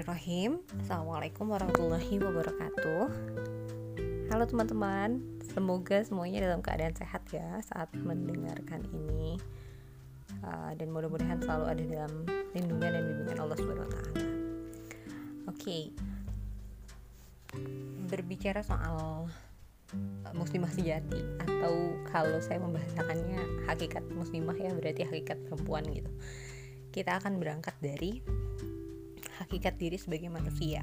Bismillahirrahmanirrahim. Assalamualaikum warahmatullahi wabarakatuh. Halo teman-teman, semoga semuanya dalam keadaan sehat ya saat mendengarkan ini, dan mudah-mudahan selalu ada dalam lindungan dan bimbingan Allah SWT. Oke, berbicara soal muslimah sejati, atau kalau saya membahasakannya hakikat muslimah ya, berarti hakikat perempuan gitu. Kita akan berangkat dari hakikat diri sebagai manusia.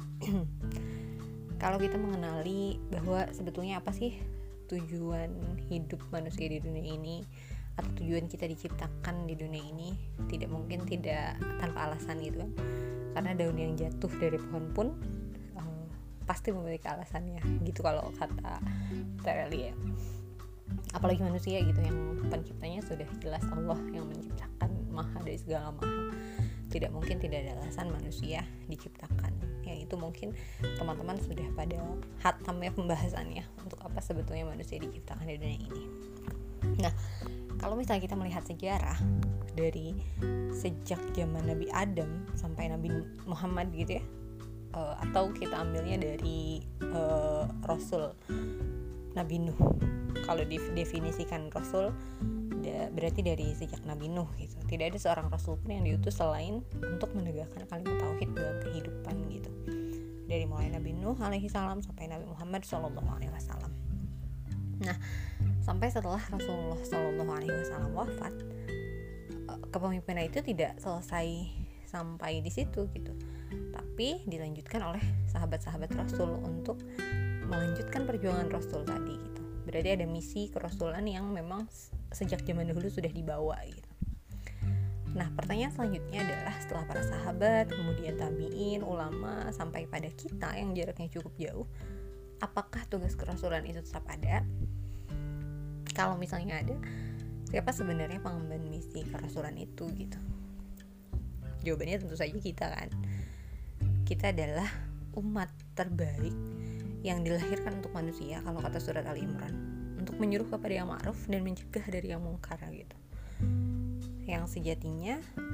Kalau kita mengenali bahwa sebetulnya apa sih tujuan hidup manusia di dunia ini, atau tujuan kita diciptakan di dunia ini, tidak mungkin tidak tanpa alasan gitu kan. Karena daun yang jatuh dari pohon pun pasti memiliki alasannya gitu kalau kata Tereli ya. Apalagi manusia gitu, yang penciptanya sudah jelas Allah yang menciptakan, maha dari segala maha. Tidak mungkin tidak ada alasan manusia diciptakan. Ya itu mungkin teman-teman sudah pada hatamnya pembahasannya untuk apa sebetulnya manusia diciptakan di dunia ini. Nah, kalau misalnya kita melihat sejarah dari sejak zaman Nabi Adam sampai Nabi Muhammad gitu ya, atau kita ambilnya dari Rasul Nabi Nuh. Kalau didefinisikan Rasul berarti dari sejak Nabi Nuh gitu. Tidak ada seorang rasul pun yang diutus selain untuk menegakkan kalimat tauhid dalam kehidupan gitu. Dari mulai Nabi Nuh alaihi salam sampai Nabi Muhammad sallallahu alaihi wasallam. Nah, sampai setelah Rasulullah sallallahu alaihi wasallam wafat, kepemimpinan itu tidak selesai sampai di situ gitu. Tapi dilanjutkan oleh sahabat-sahabat Rasul untuk melanjutkan perjuangan Rasul tadi gitu. Berarti ada misi kerasulan yang memang sejak zaman dahulu sudah dibawa gitu. Nah, pertanyaan selanjutnya adalah setelah para sahabat, kemudian tabi'in, ulama, sampai pada kita yang jaraknya cukup jauh, apakah tugas kerasulan itu tetap ada? Kalau misalnya ada, siapa sebenarnya pengemban misi kerasulan itu gitu? Jawabannya tentu saja kita kan. Kita adalah umat terbaik yang dilahirkan untuk manusia, kalau kata surat Al-Imran, untuk menyuruh kepada yang ma'ruf dan mencegah dari yang mungkar gitu. Yang sejatinya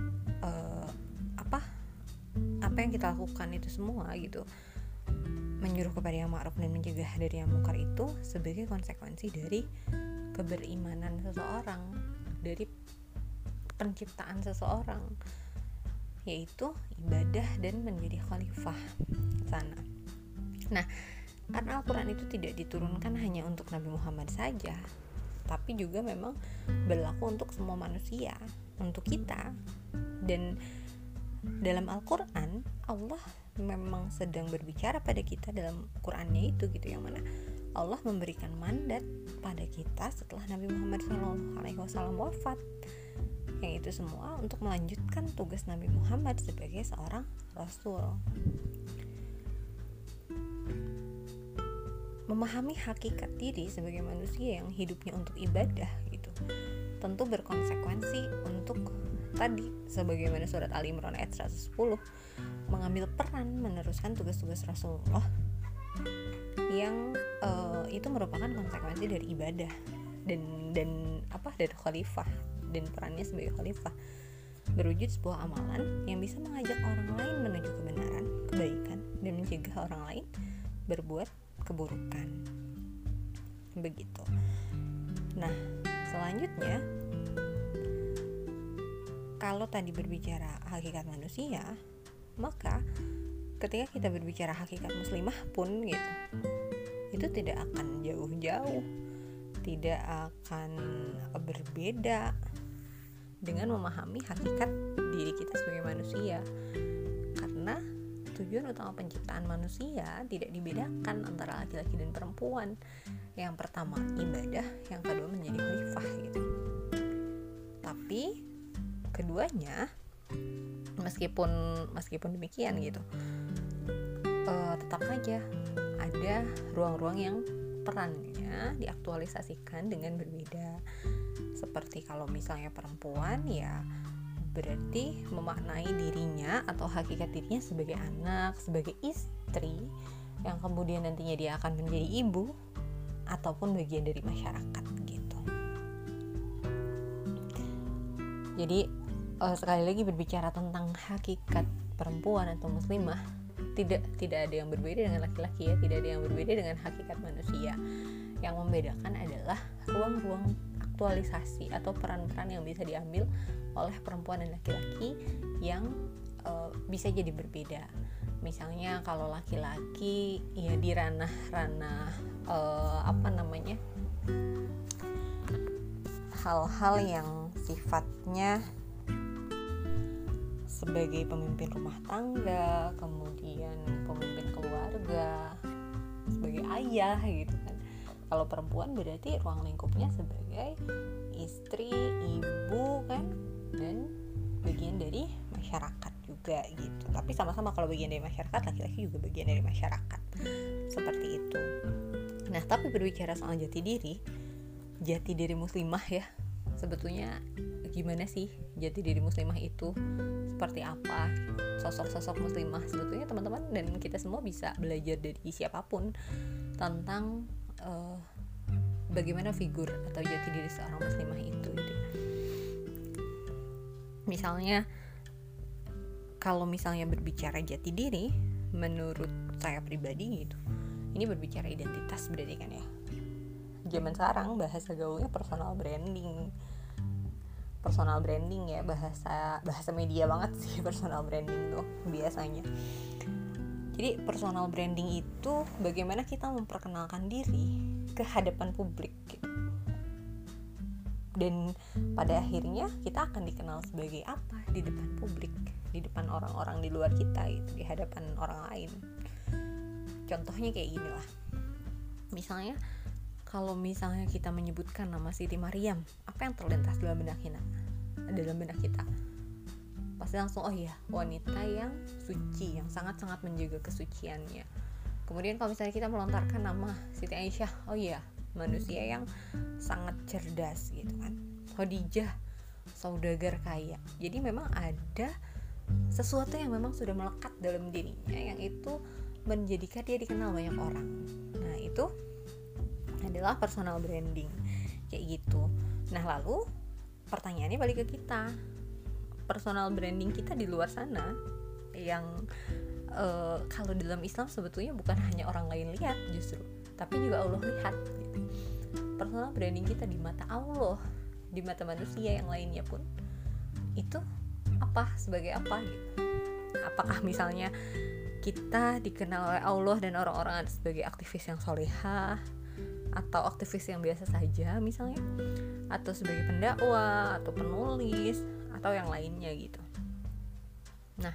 apa yang kita lakukan itu semua gitu, menyuruh kepada yang ma'ruf dan mencegah dari yang mungkar, itu sebagai konsekuensi dari keberimanan seseorang, dari penciptaan seseorang, yaitu ibadah dan menjadi khalifah sana. Nah, karena Al-Quran itu tidak diturunkan hanya untuk Nabi Muhammad saja, tapi juga memang berlaku untuk semua manusia, untuk kita. Dan dalam Al-Quran, Allah memang sedang berbicara pada kita dalam Qurannya itu gitu, yang mana Allah memberikan mandat pada kita setelah Nabi Muhammad SAW wafat, yang itu semua untuk melanjutkan tugas Nabi Muhammad sebagai seorang Rasul. Memahami hakikat diri sebagai manusia yang hidupnya untuk ibadah gitu, tentu berkonsekuensi untuk tadi, sebagaimana surat Al-Imran ayat 110, mengambil peran meneruskan tugas-tugas Rasulullah yang itu merupakan konsekuensi dari ibadah dan dari khalifah, dan perannya sebagai khalifah berwujud sebuah amalan yang bisa mengajak orang lain menuju kebenaran, kebaikan, dan mencegah orang lain berbuat keburukan. Begitu. Nah, selanjutnya, kalau tadi berbicara hakikat manusia, maka ketika kita berbicara hakikat muslimah pun gitu, itu tidak akan jauh-jauh, tidak akan berbeda dengan memahami hakikat diri kita sebagai manusia. Karena tujuan utama penciptaan manusia tidak dibedakan antara laki-laki dan perempuan. Yang pertama ibadah, yang kedua menjadi khalifah gitu. Tapi keduanya meskipun demikian gitu, tetap saja ada ruang-ruang yang perannya diaktualisasikan dengan berbeda. Seperti kalau misalnya perempuan, ya berarti memaknai dirinya atau hakikat dirinya sebagai anak, sebagai istri, yang kemudian nantinya dia akan menjadi ibu ataupun bagian dari masyarakat gitu. Jadi sekali lagi berbicara tentang hakikat perempuan atau muslimah tidak ada yang berbeda dengan laki-laki ya, tidak ada yang berbeda dengan hakikat manusia. Yang membedakan adalah ruang-ruang aktualisasi atau peran-peran yang bisa diambil oleh perempuan dan laki-laki yang bisa jadi berbeda. Misalnya kalau laki-laki ya di ranah-ranah hal-hal yang sifatnya sebagai pemimpin rumah tangga, kemudian pemimpin keluarga, sebagai ayah gitu kan. Kalau perempuan berarti ruang lingkupnya sebagai istri, ibu kan, dan bagian dari masyarakat juga gitu. Tapi sama-sama kalau bagian dari masyarakat, laki-laki juga bagian dari masyarakat. Seperti itu. Nah, tapi berbicara soal jati diri muslimah ya, sebetulnya gimana sih jati diri muslimah itu, seperti apa sosok-sosok muslimah. Sebetulnya teman-teman dan kita semua bisa belajar dari siapapun tentang bagaimana figur atau jati diri seorang muslimah itu gitu. Misalnya kalau misalnya berbicara jati diri, menurut saya pribadi gitu, ini berbicara identitas berarti kan ya. Zaman sekarang bahasa gaulnya personal branding ya, bahasa media banget sih personal branding tuh biasanya. Jadi personal branding itu bagaimana kita memperkenalkan diri ke hadapan publik gitu. Dan pada akhirnya kita akan dikenal sebagai apa di depan publik, di depan orang-orang di luar kita gitu, di hadapan orang lain. Contohnya kayak gini lah. Misalnya kalau misalnya kita menyebutkan nama Siti Maryam, apa yang terlintas dalam benak kita? Pasti langsung, oh iya, wanita yang suci, yang sangat-sangat menjaga kesuciannya. Kemudian kalau misalnya kita melontarkan nama Siti Aisyah, oh iya, manusia yang sangat cerdas gitu kan. Khadijah, saudagar kaya. Jadi memang ada sesuatu yang memang sudah melekat dalam dirinya, yang itu menjadikan dia dikenal banyak orang. Nah, itu adalah personal branding kayak gitu. Nah, lalu pertanyaannya balik ke kita, personal branding kita di luar sana yang kalau dalam Islam sebetulnya bukan hanya orang lain lihat justru, tapi juga Allah lihat gitu. Personal branding kita di mata Allah, di mata manusia yang lainnya pun itu apa, sebagai apa gitu. Apakah misalnya kita dikenal oleh Allah dan orang-orang sebagai aktivis yang solehah, atau aktivis yang biasa saja misalnya, atau sebagai pendakwah atau penulis atau yang lainnya gitu. Nah,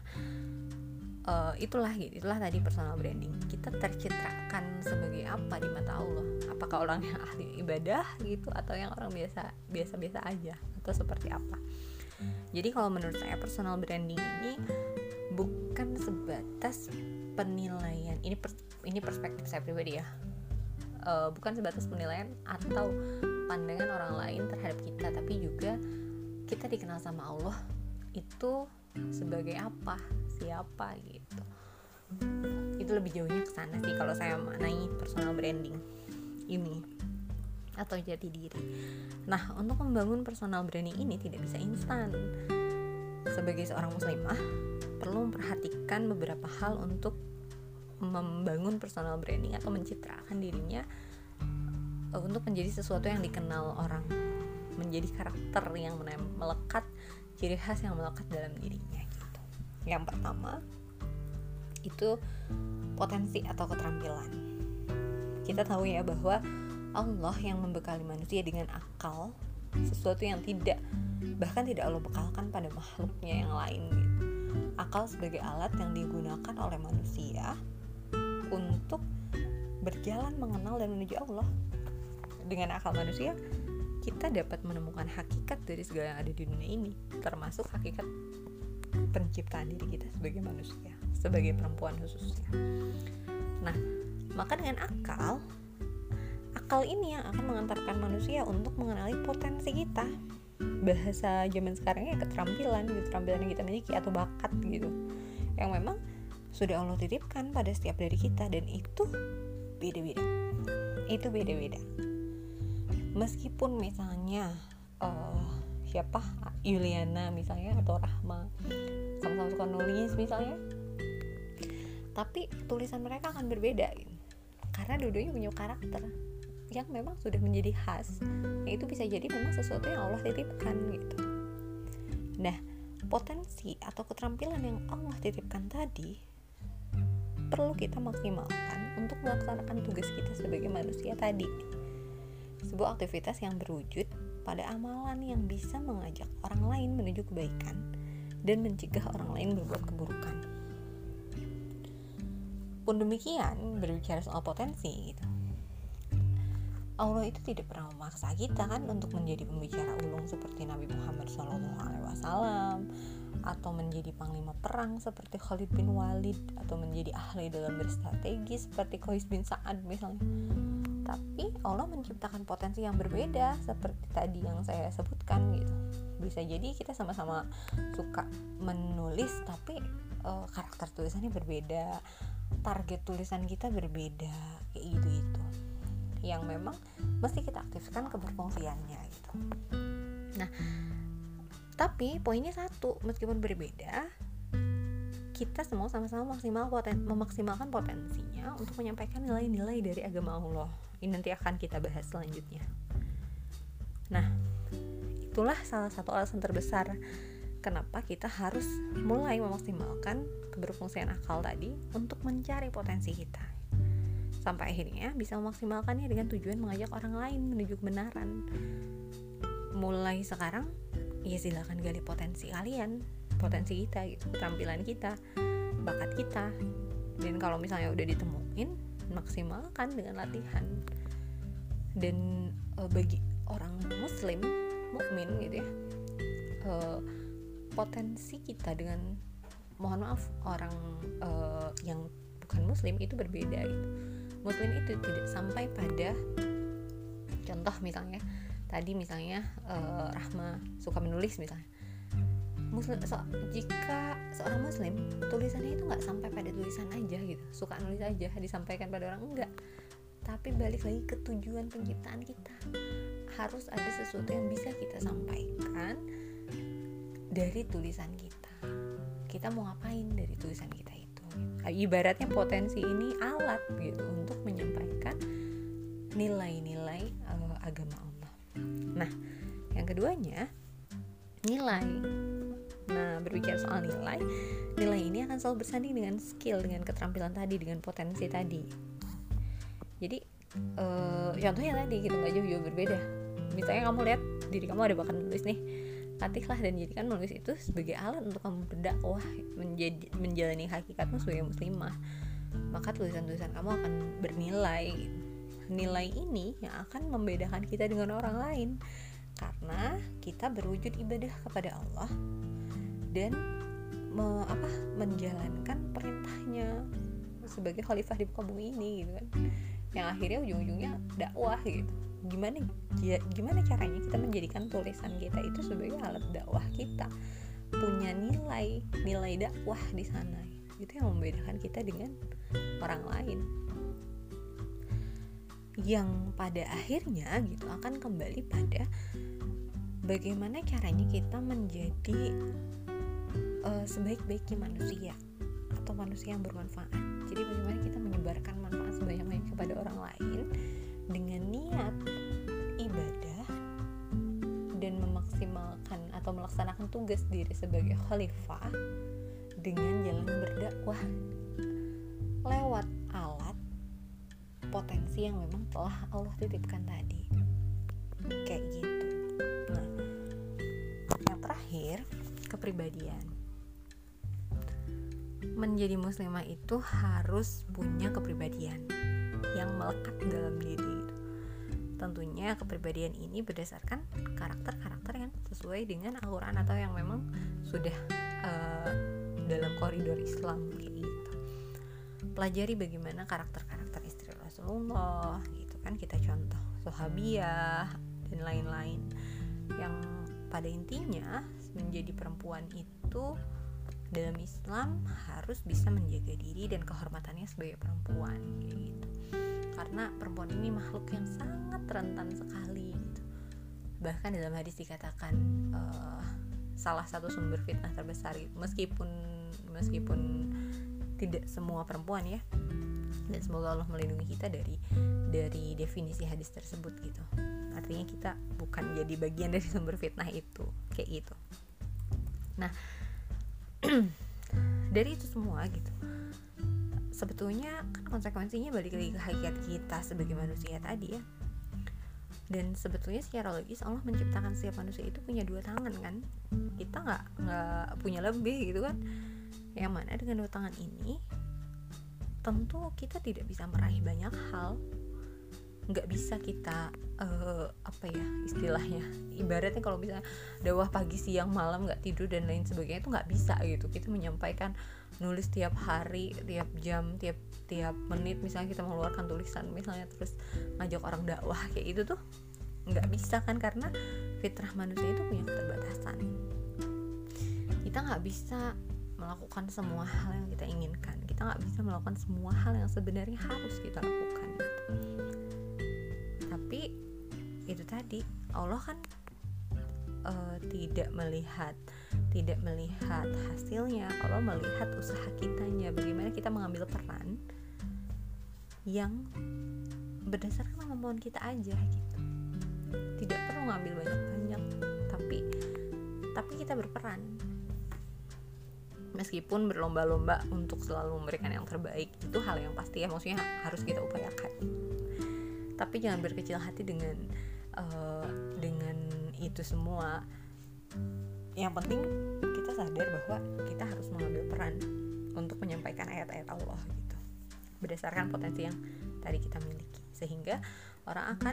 itulah tadi personal branding. Kita tercitrakan sebagai apa di mata Allah? Apakah orang yang ahli ibadah gitu, atau yang orang biasa aja, atau seperti apa? Jadi kalau menurut saya personal branding ini bukan sebatas penilaian. Ini perspektif saya pribadi ya. Bukan sebatas penilaian atau pandangan orang lain terhadap kita, tapi juga kita dikenal sama Allah itu sebagai apa, siapa gitu. Itu lebih jauhnya ke sana sih kalau saya maknai personal branding ini atau jati diri. Nah, untuk membangun personal branding ini tidak bisa instan. Sebagai seorang muslimah perlu memperhatikan beberapa hal untuk membangun personal branding atau mencitrakan dirinya untuk menjadi sesuatu yang dikenal orang, menjadi karakter yang melekat, ciri khas yang melekat dalam dirinya gitu. Yang pertama itu potensi atau keterampilan. Kita tahu ya bahwa Allah yang membekali manusia dengan akal, sesuatu yang bahkan tidak Allah bekalkan pada makhluknya yang lain gitu. Akal sebagai alat yang digunakan oleh manusia untuk berjalan mengenal dan menuju Allah. Dengan akal manusia kita dapat menemukan hakikat dari segala yang ada di dunia ini, termasuk hakikat penciptaan diri kita sebagai manusia, sebagai perempuan khususnya. Nah, maka dengan akal ini yang akan mengantarkan manusia untuk mengenali potensi kita. Bahasa zaman sekarang ya keterampilan yang kita miliki atau bakat gitu, yang memang sudah Allah titipkan pada setiap dari kita, dan itu beda-beda. Meskipun misalnya Yuliana misalnya atau Rahma sama-sama suka nulis misalnya, tapi tulisan mereka akan berbeda gitu. Karena dua-duanya punya karakter yang memang sudah menjadi khas, yang itu bisa jadi memang sesuatu yang Allah titipkan gitu. Nah, potensi atau keterampilan yang Allah titipkan tadi perlu kita maksimalkan untuk melaksanakan tugas kita sebagai manusia tadi. Sebuah aktivitas yang berwujud pada amalan yang bisa mengajak orang lain menuju kebaikan dan mencegah orang lain berbuat keburukan. Pun demikian, berbicara soal potensi gitu, Allah itu tidak pernah memaksa kita kan untuk menjadi pembicara ulung seperti Nabi Muhammad SAW, atau menjadi panglima perang seperti Khalid bin Walid, atau menjadi ahli dalam berstrategi seperti Qais bin Sa'ad misalnya. Tapi Allah menciptakan potensi yang berbeda seperti tadi yang saya sebutkan gitu. Bisa jadi kita sama-sama suka menulis, tapi karakter tulisannya berbeda, target tulisan kita berbeda, kayak gitu yang memang mesti kita aktifkan keberfungsiannya gitu. Nah, tapi poinnya satu, meskipun berbeda, kita semua sama-sama memaksimalkan potensinya untuk menyampaikan nilai-nilai dari agama Allah. Ini nanti akan kita bahas selanjutnya. Nah, itulah salah satu alasan terbesar kenapa kita harus mulai memaksimalkan keberfungsian akal tadi untuk mencari potensi kita, sampai akhirnya bisa memaksimalkannya dengan tujuan mengajak orang lain menuju kebenaran. Mulai sekarang, ya silakan gali potensi kalian, potensi kita gitu, keterampilan kita, bakat kita. Dan kalau misalnya udah ditemuin, maksimalkan dengan latihan. Dan bagi orang muslim, mukmin gitu ya, potensi kita dengan, mohon maaf, orang yang bukan muslim itu berbeda gitu. Muslim itu tidak sampai pada, contoh misalnya tadi misalnya Rahma suka menulis misalnya, jika seorang muslim tulisannya itu nggak sampai pada tulisan aja gitu, suka nulis aja disampaikan pada orang, enggak, tapi balik lagi ke tujuan penciptaan kita, harus ada sesuatu yang bisa kita sampaikan dari tulisan kita mau ngapain dari tulisan kita itu. Ibaratnya potensi ini alat gitu untuk menyampaikan nilai-nilai agama Allah. Nah, yang keduanya nilai. Nah, berbicara soal nilai ini akan selalu bersanding dengan skill, dengan keterampilan tadi, dengan potensi tadi. Jadi contohnya tadi gitu, nggak jauh-jauh berbeda. Misalnya kamu lihat diri kamu ada bakat menulis nih, latihlah dan jadikan menulis itu sebagai alat untuk kamu berdakwah, menjalani hakikatmu sebagai muslimah. Maka tulisan-tulisan kamu akan bernilai. Nilai ini yang akan membedakan kita dengan orang lain, karena kita berwujud ibadah kepada Allah dan menjalankan perintahnya sebagai khalifah di muka bumi ini gitu kan, yang akhirnya ujung-ujungnya dakwah gitu. Gimana caranya kita menjadikan tulisan kita itu sebagai alat dakwah kita, punya nilai dakwah di sana. Itu yang membedakan kita dengan orang lain, yang pada akhirnya gitu akan kembali pada bagaimana caranya kita menjadi sebaik-baiknya manusia atau manusia yang bermanfaat. Jadi bagaimana kita menyebarkan manfaat sebanyak-banyaknya kepada orang lain dengan niat ibadah dan memaksimalkan atau melaksanakan tugas diri sebagai khalifah dengan jalan berdakwah lewat alat potensi yang memang telah Allah titipkan tadi, kayak gitu. Nah, yang terakhir, kepribadian. Menjadi muslimah itu harus punya kepribadian yang melekat dalam diri. Tentunya kepribadian ini berdasarkan karakter-karakter yang sesuai dengan Al-Quran atau yang memang sudah dalam koridor Islam kayak gitu. Pelajari bagaimana karakter-karakter istri Rasulullah gitu kan, kita contoh Sahabiyah dan lain-lain, yang pada intinya menjadi perempuan itu dalam Islam harus bisa menjaga diri dan kehormatannya sebagai perempuan gitu. Karena perempuan ini makhluk yang sangat rentan sekali gitu. Bahkan dalam hadis dikatakan salah satu sumber fitnah terbesar gitu. Meskipun tidak semua perempuan ya, dan semoga Allah melindungi kita dari definisi hadis tersebut gitu. Artinya kita bukan jadi bagian dari sumber fitnah itu, kayak gitu. Nah dari itu semua gitu, sebetulnya kan konsekuensinya balik lagi ke hakikat kita sebagai manusia tadi ya. Dan sebetulnya secara logis Allah menciptakan setiap manusia itu punya dua tangan kan. Kita nggak punya lebih gitu kan. Yang mana dengan dua tangan ini tentu kita tidak bisa meraih banyak hal. Nggak bisa kita istilahnya, ibaratnya kalau misalnya dakwah pagi siang malam nggak tidur dan lain sebagainya, itu nggak bisa gitu. Kita menyampaikan, nulis tiap hari, tiap jam, tiap menit, misalnya kita mengeluarkan tulisan misalnya, terus ngajak orang dakwah kayak itu tuh nggak bisa kan, karena fitrah manusia itu punya keterbatasan. Kita nggak bisa melakukan semua hal yang kita inginkan, kita nggak bisa melakukan semua hal yang sebenarnya harus kita lakukan gitu. Tapi itu tadi, Allah kan tidak melihat hasilnya, Allah melihat usaha kitanya, bagaimana kita mengambil peran yang berdasarkan kemampuan kita aja gitu. Tidak perlu ngambil banyak-banyak, tapi kita berperan. Meskipun berlomba-lomba untuk selalu memberikan yang terbaik, itu hal yang pasti ya, maksudnya harus kita upayakan. Tapi jangan berkecil hati dengan itu semua. Yang penting kita sadar bahwa kita harus mengambil peran untuk menyampaikan ayat-ayat Allah gitu, berdasarkan potensi yang tadi kita miliki, sehingga orang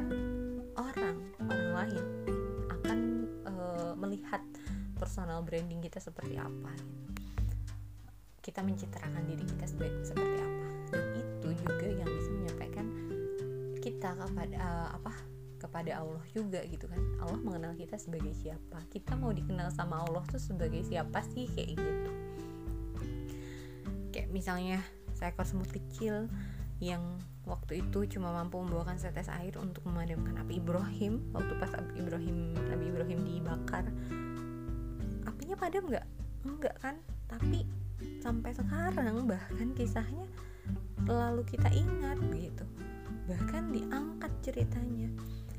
lain akan melihat personal branding kita seperti apa gitu. Kita mencitrakan diri kita seperti apa, dan itu juga yang bisa menyampaikan kita kepada Allah juga gitu kan. Allah mengenal kita sebagai siapa, kita mau dikenal sama Allah tuh sebagai siapa sih, kayak gitu. Kayak misalnya seekor semut kecil yang waktu itu cuma mampu membawakan setes air untuk memadamkan api Ibrahim, waktu pas Nabi Ibrahim dibakar, apinya padam enggak kan, tapi sampai sekarang bahkan kisahnya selalu kita ingat gitu, bahkan diangkat ceritanya.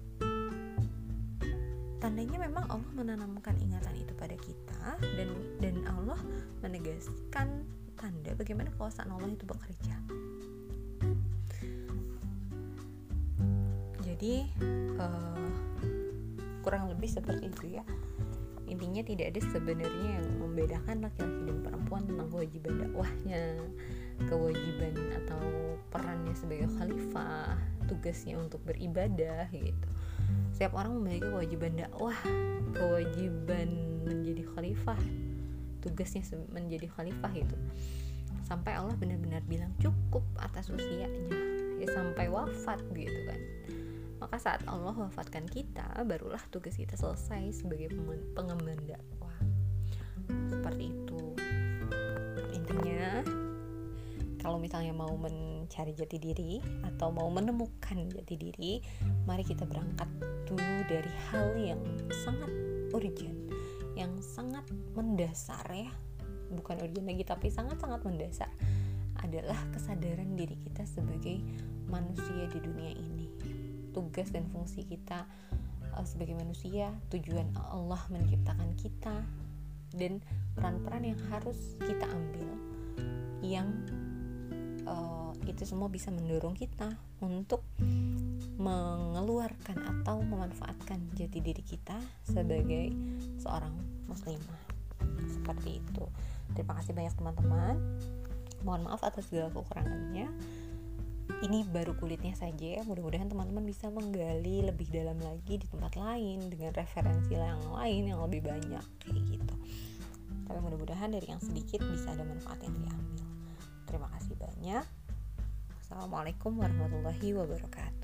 Tandanya memang Allah menanamkan ingatan itu pada kita, dan Allah menegaskan tanda bagaimana kekuasaan Allah itu bekerja. Jadi kurang lebih seperti itu ya. Intinya tidak ada sebenarnya yang membedakan laki-laki dan perempuan tentang kewajiban dakwahnya, kewajiban atau perannya sebagai khalifah, tugasnya untuk beribadah gitu. Setiap orang memiliki kewajiban dakwah, kewajiban menjadi khalifah, tugasnya menjadi khalifah gitu. Sampai Allah benar-benar bilang cukup atas usianya, ya sampai wafat gitu kan. Maka saat Allah wafatkan kita, barulah tugas kita selesai sebagai pengemban dakwah. Seperti itu. Intinya, kalau misalnya mau mencari jati diri atau mau menemukan jati diri, mari kita berangkat dulu dari hal yang sangat urgent, yang sangat mendasar ya. Bukan urgent lagi, tapi sangat-sangat mendasar, adalah kesadaran diri kita sebagai manusia di dunia ini. Tugas dan fungsi kita sebagai manusia, tujuan Allah menciptakan kita, dan peran-peran yang harus kita ambil, yang itu semua bisa mendorong kita untuk mengeluarkan atau memanfaatkan jati diri kita sebagai seorang muslimah. Seperti itu. Terima kasih banyak teman-teman. Mohon maaf atas segala kekurangannya. Ini baru kulitnya saja ya. Mudah-mudahan teman-teman bisa menggali lebih dalam lagi di tempat lain dengan referensi yang lain yang lebih banyak kayak gitu. Tapi mudah-mudahan dari yang sedikit bisa ada manfaat yang diambil. Terima kasih banyak. Assalamualaikum warahmatullahi wabarakatuh.